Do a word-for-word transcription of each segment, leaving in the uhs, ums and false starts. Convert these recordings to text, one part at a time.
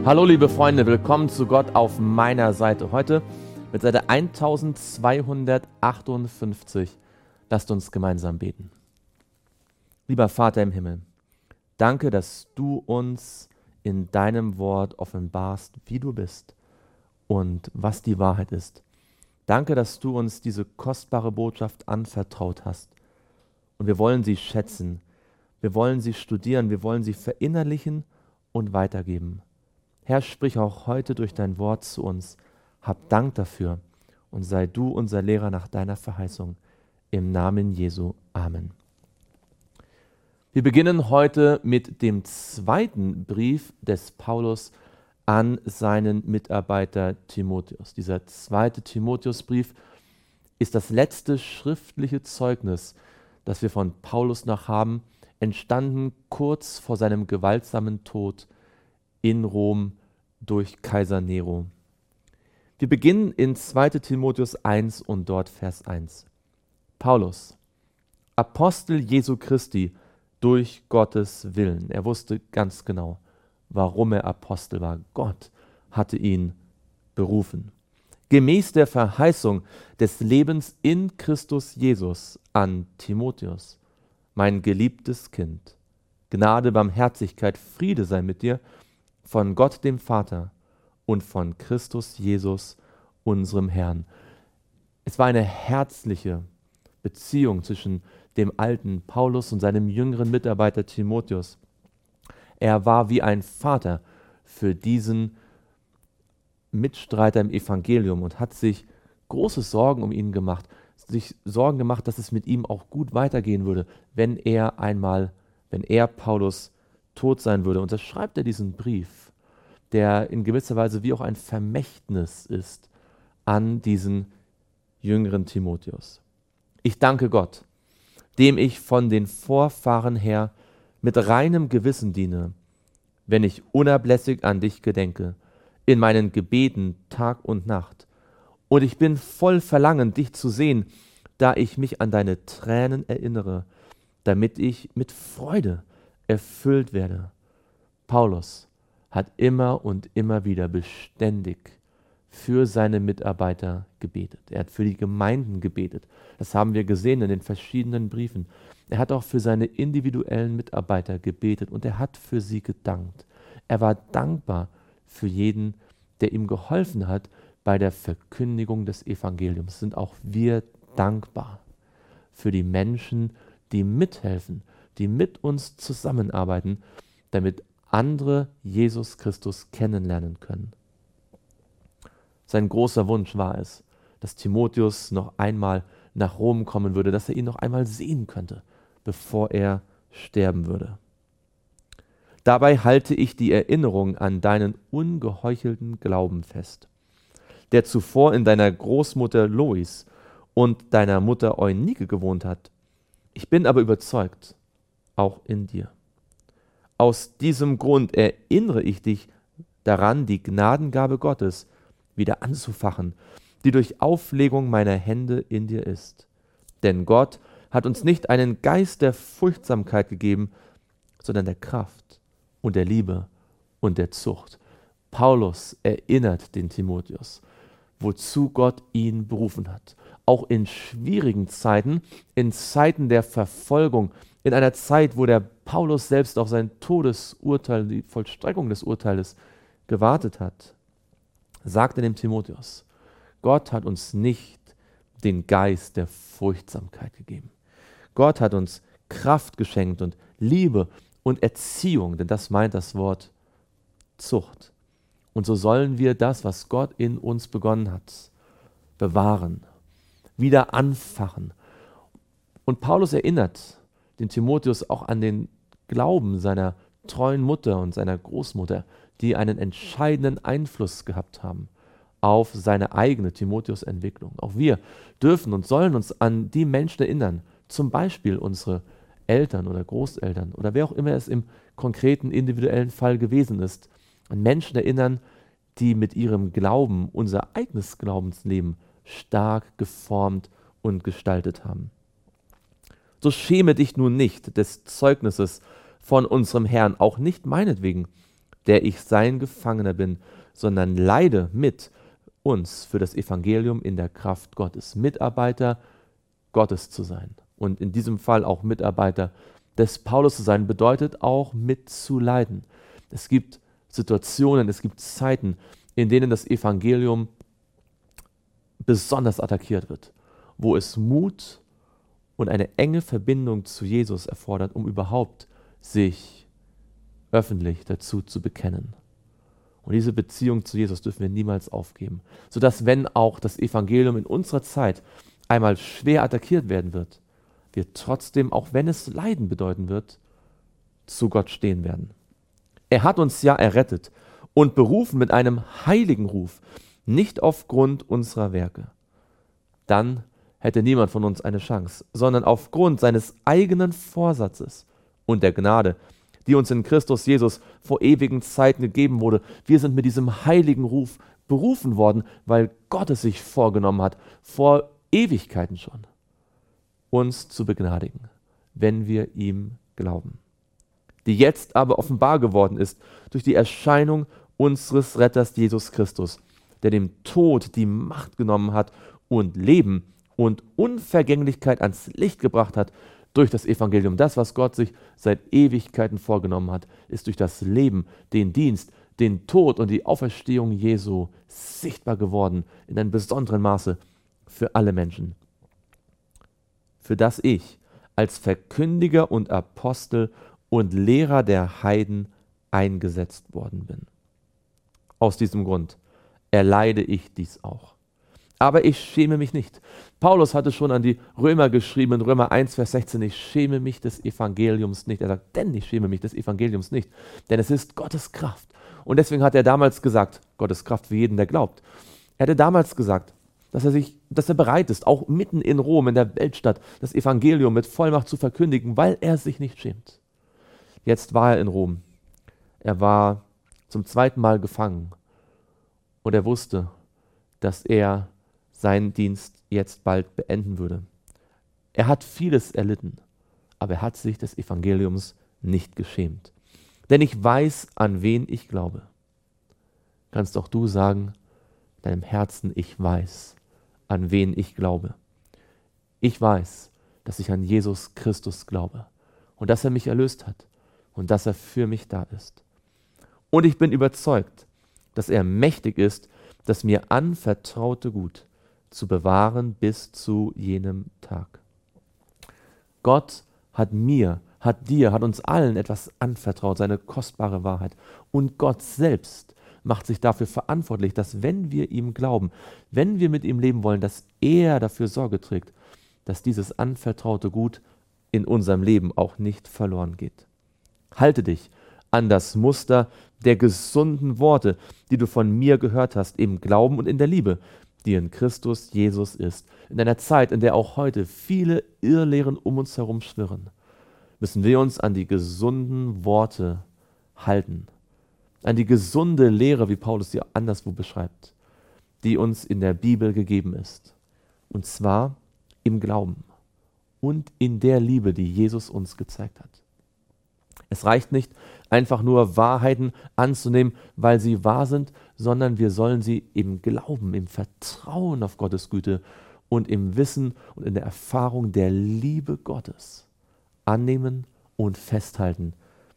Hallo liebe Freunde, willkommen zu Gott auf meiner Seite. Heute mit Seite eintausendzweihundertachtundfünfzig. Lasst uns gemeinsam beten. Lieber Vater im Himmel, danke, dass du uns in deinem Wort offenbarst, wie du bist und was die Wahrheit ist. Danke, dass du uns diese kostbare Botschaft anvertraut hast. Und wir wollen sie schätzen, wir wollen sie studieren, wir wollen sie verinnerlichen und weitergeben. Herr, sprich auch heute durch dein Wort zu uns. Hab Dank dafür und sei du unser Lehrer nach deiner Verheißung. Im Namen Jesu. Amen. Wir beginnen heute mit dem zweiten Brief des Paulus an seinen Mitarbeiter Timotheus. Dieser zweite Timotheusbrief ist das letzte schriftliche Zeugnis, das wir von Paulus noch haben, entstanden kurz vor seinem gewaltsamen Tod in Rom durch Kaiser Nero. Wir beginnen in zweiter Timotheus eins und dort Vers eins. Paulus, Apostel Jesu Christi durch Gottes Willen. Er wusste ganz genau, warum er Apostel war. Gott hatte ihn berufen. Gemäß der Verheißung des Lebens in Christus Jesus an Timotheus, mein geliebtes Kind. Gnade, Barmherzigkeit, Friede sei mit dir, von Gott dem Vater und von Christus Jesus, unserem Herrn. Es war eine herzliche Beziehung zwischen dem alten Paulus und seinem jüngeren Mitarbeiter Timotheus. Er war wie ein Vater für diesen Mitstreiter im Evangelium und hat sich große Sorgen um ihn gemacht, sich Sorgen gemacht, dass es mit ihm auch gut weitergehen würde, wenn er einmal, wenn er Paulus tot sein würde. Und so schreibt er diesen Brief, der in gewisser Weise wie auch ein Vermächtnis ist an diesen jüngeren Timotheus. Ich danke Gott, dem ich von den Vorfahren her mit reinem Gewissen diene, wenn ich unablässig an dich gedenke, in meinen Gebeten Tag und Nacht. Und ich bin voll Verlangen, dich zu sehen, da ich mich an deine Tränen erinnere, damit ich mit Freude erfüllt werde. Paulus hat immer und immer wieder beständig für seine Mitarbeiter gebetet. Er hat für die Gemeinden gebetet. Das haben wir gesehen in den verschiedenen Briefen. Er hat auch für seine individuellen Mitarbeiter gebetet und er hat für sie gedankt. Er war dankbar für jeden, der ihm geholfen hat bei der Verkündigung des Evangeliums. Sind auch wir dankbar für die Menschen, die mithelfen, die mit uns zusammenarbeiten, damit andere Jesus Christus kennenlernen können. Sein großer Wunsch war es, dass Timotheus noch einmal nach Rom kommen würde, dass er ihn noch einmal sehen könnte, bevor er sterben würde. Dabei halte ich die Erinnerung an deinen ungeheuchelten Glauben fest, der zuvor in deiner Großmutter Lois und deiner Mutter Eunike gewohnt hat. Ich bin aber überzeugt, auch in dir. Aus diesem Grund erinnere ich dich daran, die Gnadengabe Gottes wieder anzufachen, die durch Auflegung meiner Hände in dir ist. Denn Gott hat uns nicht einen Geist der Furchtsamkeit gegeben, sondern der Kraft und der Liebe und der Zucht. Paulus erinnert den Timotheus, wozu Gott ihn berufen hat. Auch in schwierigen Zeiten, in Zeiten der Verfolgung, in einer Zeit, wo der Paulus selbst auf sein Todesurteil, die Vollstreckung des Urteiles gewartet hat, sagt er dem Timotheus, Gott hat uns nicht den Geist der Furchtsamkeit gegeben. Gott hat uns Kraft geschenkt und Liebe und Erziehung, denn das meint das Wort Zucht. Und so sollen wir das, was Gott in uns begonnen hat, bewahren, wieder anfachen. Und Paulus erinnert den Timotheus auch an den Glauben seiner treuen Mutter und seiner Großmutter, die einen entscheidenden Einfluss gehabt haben auf seine eigene Timotheus-Entwicklung. Auch wir dürfen und sollen uns an die Menschen erinnern, zum Beispiel unsere Eltern oder Großeltern oder wer auch immer es im konkreten individuellen Fall gewesen ist, an Menschen erinnern, die mit ihrem Glauben unser eigenes Glaubensleben stark geformt und gestaltet haben. So schäme dich nun nicht des Zeugnisses von unserem Herrn, auch nicht meinetwegen, der ich sein Gefangener bin, sondern leide mit uns für das Evangelium in der Kraft Gottes. Mitarbeiter Gottes zu sein. Und in diesem Fall auch Mitarbeiter des Paulus zu sein, bedeutet auch mitzuleiden. Es gibt Situationen, es gibt Zeiten, in denen das Evangelium besonders attackiert wird, wo es Mut und eine enge Verbindung zu Jesus erfordert, um überhaupt sich öffentlich dazu zu bekennen. Und diese Beziehung zu Jesus dürfen wir niemals aufgeben, sodass, wenn auch das Evangelium in unserer Zeit einmal schwer attackiert werden wird, wir trotzdem, auch wenn es Leiden bedeuten wird, zu Gott stehen werden. Er hat uns ja errettet und berufen mit einem heiligen Ruf, nicht aufgrund unserer Werke. Dann hätte niemand von uns eine Chance, sondern aufgrund seines eigenen Vorsatzes und der Gnade, die uns in Christus Jesus vor ewigen Zeiten gegeben wurde. Wir sind mit diesem heiligen Ruf berufen worden, weil Gott es sich vorgenommen hat, vor Ewigkeiten schon, uns zu begnadigen, wenn wir ihm glauben. Die jetzt aber offenbar geworden ist durch die Erscheinung unseres Retters Jesus Christus, der dem Tod die Macht genommen hat und Leben und Unvergänglichkeit ans Licht gebracht hat durch das Evangelium. Das, was Gott sich seit Ewigkeiten vorgenommen hat, ist durch das Leben, den Dienst, den Tod und die Auferstehung Jesu sichtbar geworden in einem besonderen Maße für alle Menschen. Für das ich als Verkündiger und Apostel und Lehrer der Heiden eingesetzt worden bin. Aus diesem Grund erleide ich dies auch. Aber ich schäme mich nicht. Paulus hatte schon an die Römer geschrieben, in Römer eins, Vers sechzehn, ich schäme mich des Evangeliums nicht. Er sagt, denn ich schäme mich des Evangeliums nicht, denn es ist Gottes Kraft. Und deswegen hat er damals gesagt, Gottes Kraft für jeden, der glaubt. Er hatte damals gesagt, dass er, sich, dass er bereit ist, auch mitten in Rom, in der Weltstadt, das Evangelium mit Vollmacht zu verkündigen, weil er sich nicht schämt. Jetzt war er in Rom. Er war zum zweiten Mal gefangen. Und er wusste, dass er seinen Dienst jetzt bald beenden würde. Er hat vieles erlitten, aber er hat sich des Evangeliums nicht geschämt. Denn ich weiß, an wen ich glaube. Kannst auch du sagen, deinem Herzen, ich weiß, an wen ich glaube. Ich weiß, dass ich an Jesus Christus glaube und dass er mich erlöst hat und dass er für mich da ist. Und ich bin überzeugt, dass er mächtig ist, das mir anvertraute Gut zu bewahren bis zu jenem Tag. Gott hat mir, hat dir, hat uns allen etwas anvertraut, seine kostbare Wahrheit. Und Gott selbst macht sich dafür verantwortlich, dass wenn wir ihm glauben, wenn wir mit ihm leben wollen, dass er dafür Sorge trägt, dass dieses anvertraute Gut in unserem Leben auch nicht verloren geht. Halte dich an das Muster der gesunden Worte, die du von mir gehört hast, im Glauben und in der Liebe, die in Christus Jesus ist. In einer Zeit, in der auch heute viele Irrlehren um uns herum schwirren, müssen wir uns an die gesunden Worte halten, an die gesunde Lehre, wie Paulus sie anderswo beschreibt, die uns in der Bibel gegeben ist. Und zwar im Glauben und in der Liebe, die Jesus uns gezeigt hat. Es reicht nicht, einfach nur Wahrheiten anzunehmen, weil sie wahr sind, sondern wir sollen sie im Glauben, im Vertrauen auf Gottes Güte und im Wissen und in der Erfahrung der Liebe Gottes annehmen und festhalten.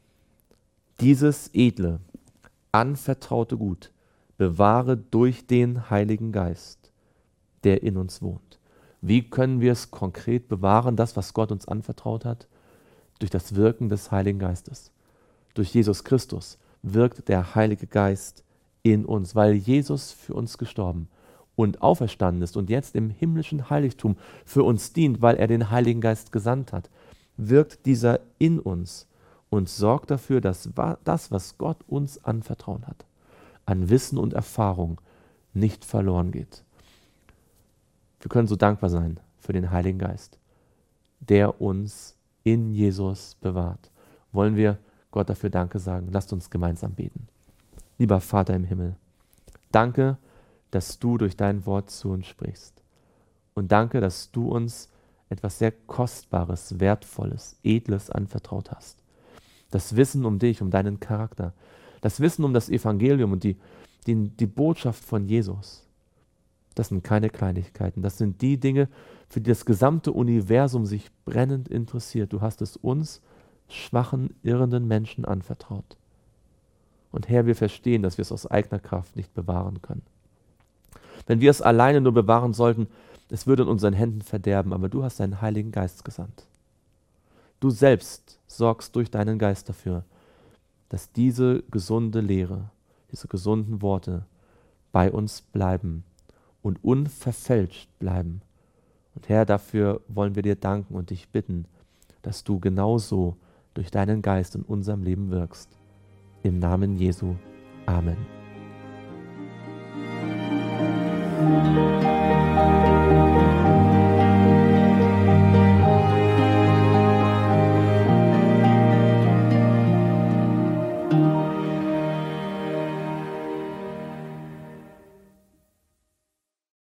Dieses edle, anvertraute Gut bewahre durch den Heiligen Geist, der in uns wohnt. Wie können wir es konkret bewahren, das, was Gott uns anvertraut hat? Durch das Wirken des Heiligen Geistes. Durch Jesus Christus wirkt der Heilige Geist in uns, weil Jesus für uns gestorben und auferstanden ist und jetzt im himmlischen Heiligtum für uns dient, weil er den Heiligen Geist gesandt hat, wirkt dieser in uns und sorgt dafür, dass das, was Gott uns anvertrauen hat, an Wissen und Erfahrung nicht verloren geht. Wir können so dankbar sein für den Heiligen Geist, der uns in Jesus bewahrt. Wollen wir Gott dafür Danke sagen? Lasst uns gemeinsam beten. Lieber Vater im Himmel, danke, dass du durch dein Wort zu uns sprichst. Und danke, dass du uns etwas sehr Kostbares, Wertvolles, Edles anvertraut hast. Das Wissen um dich, um deinen Charakter. Das Wissen um das Evangelium und die, die, die Botschaft von Jesus, das sind keine Kleinigkeiten. Das sind die Dinge, für die das gesamte Universum sich brennend interessiert. Du hast es uns, schwachen, irrenden Menschen anvertraut. Und Herr, wir verstehen, dass wir es aus eigener Kraft nicht bewahren können. Wenn wir es alleine nur bewahren sollten, es würde in unseren Händen verderben, aber du hast deinen Heiligen Geist gesandt. Du selbst sorgst durch deinen Geist dafür, dass diese gesunde Lehre, diese gesunden Worte bei uns bleiben und unverfälscht bleiben. Und Herr, dafür wollen wir dir danken und dich bitten, dass du genauso durch deinen Geist in unserem Leben wirkst. Im Namen Jesu. Amen.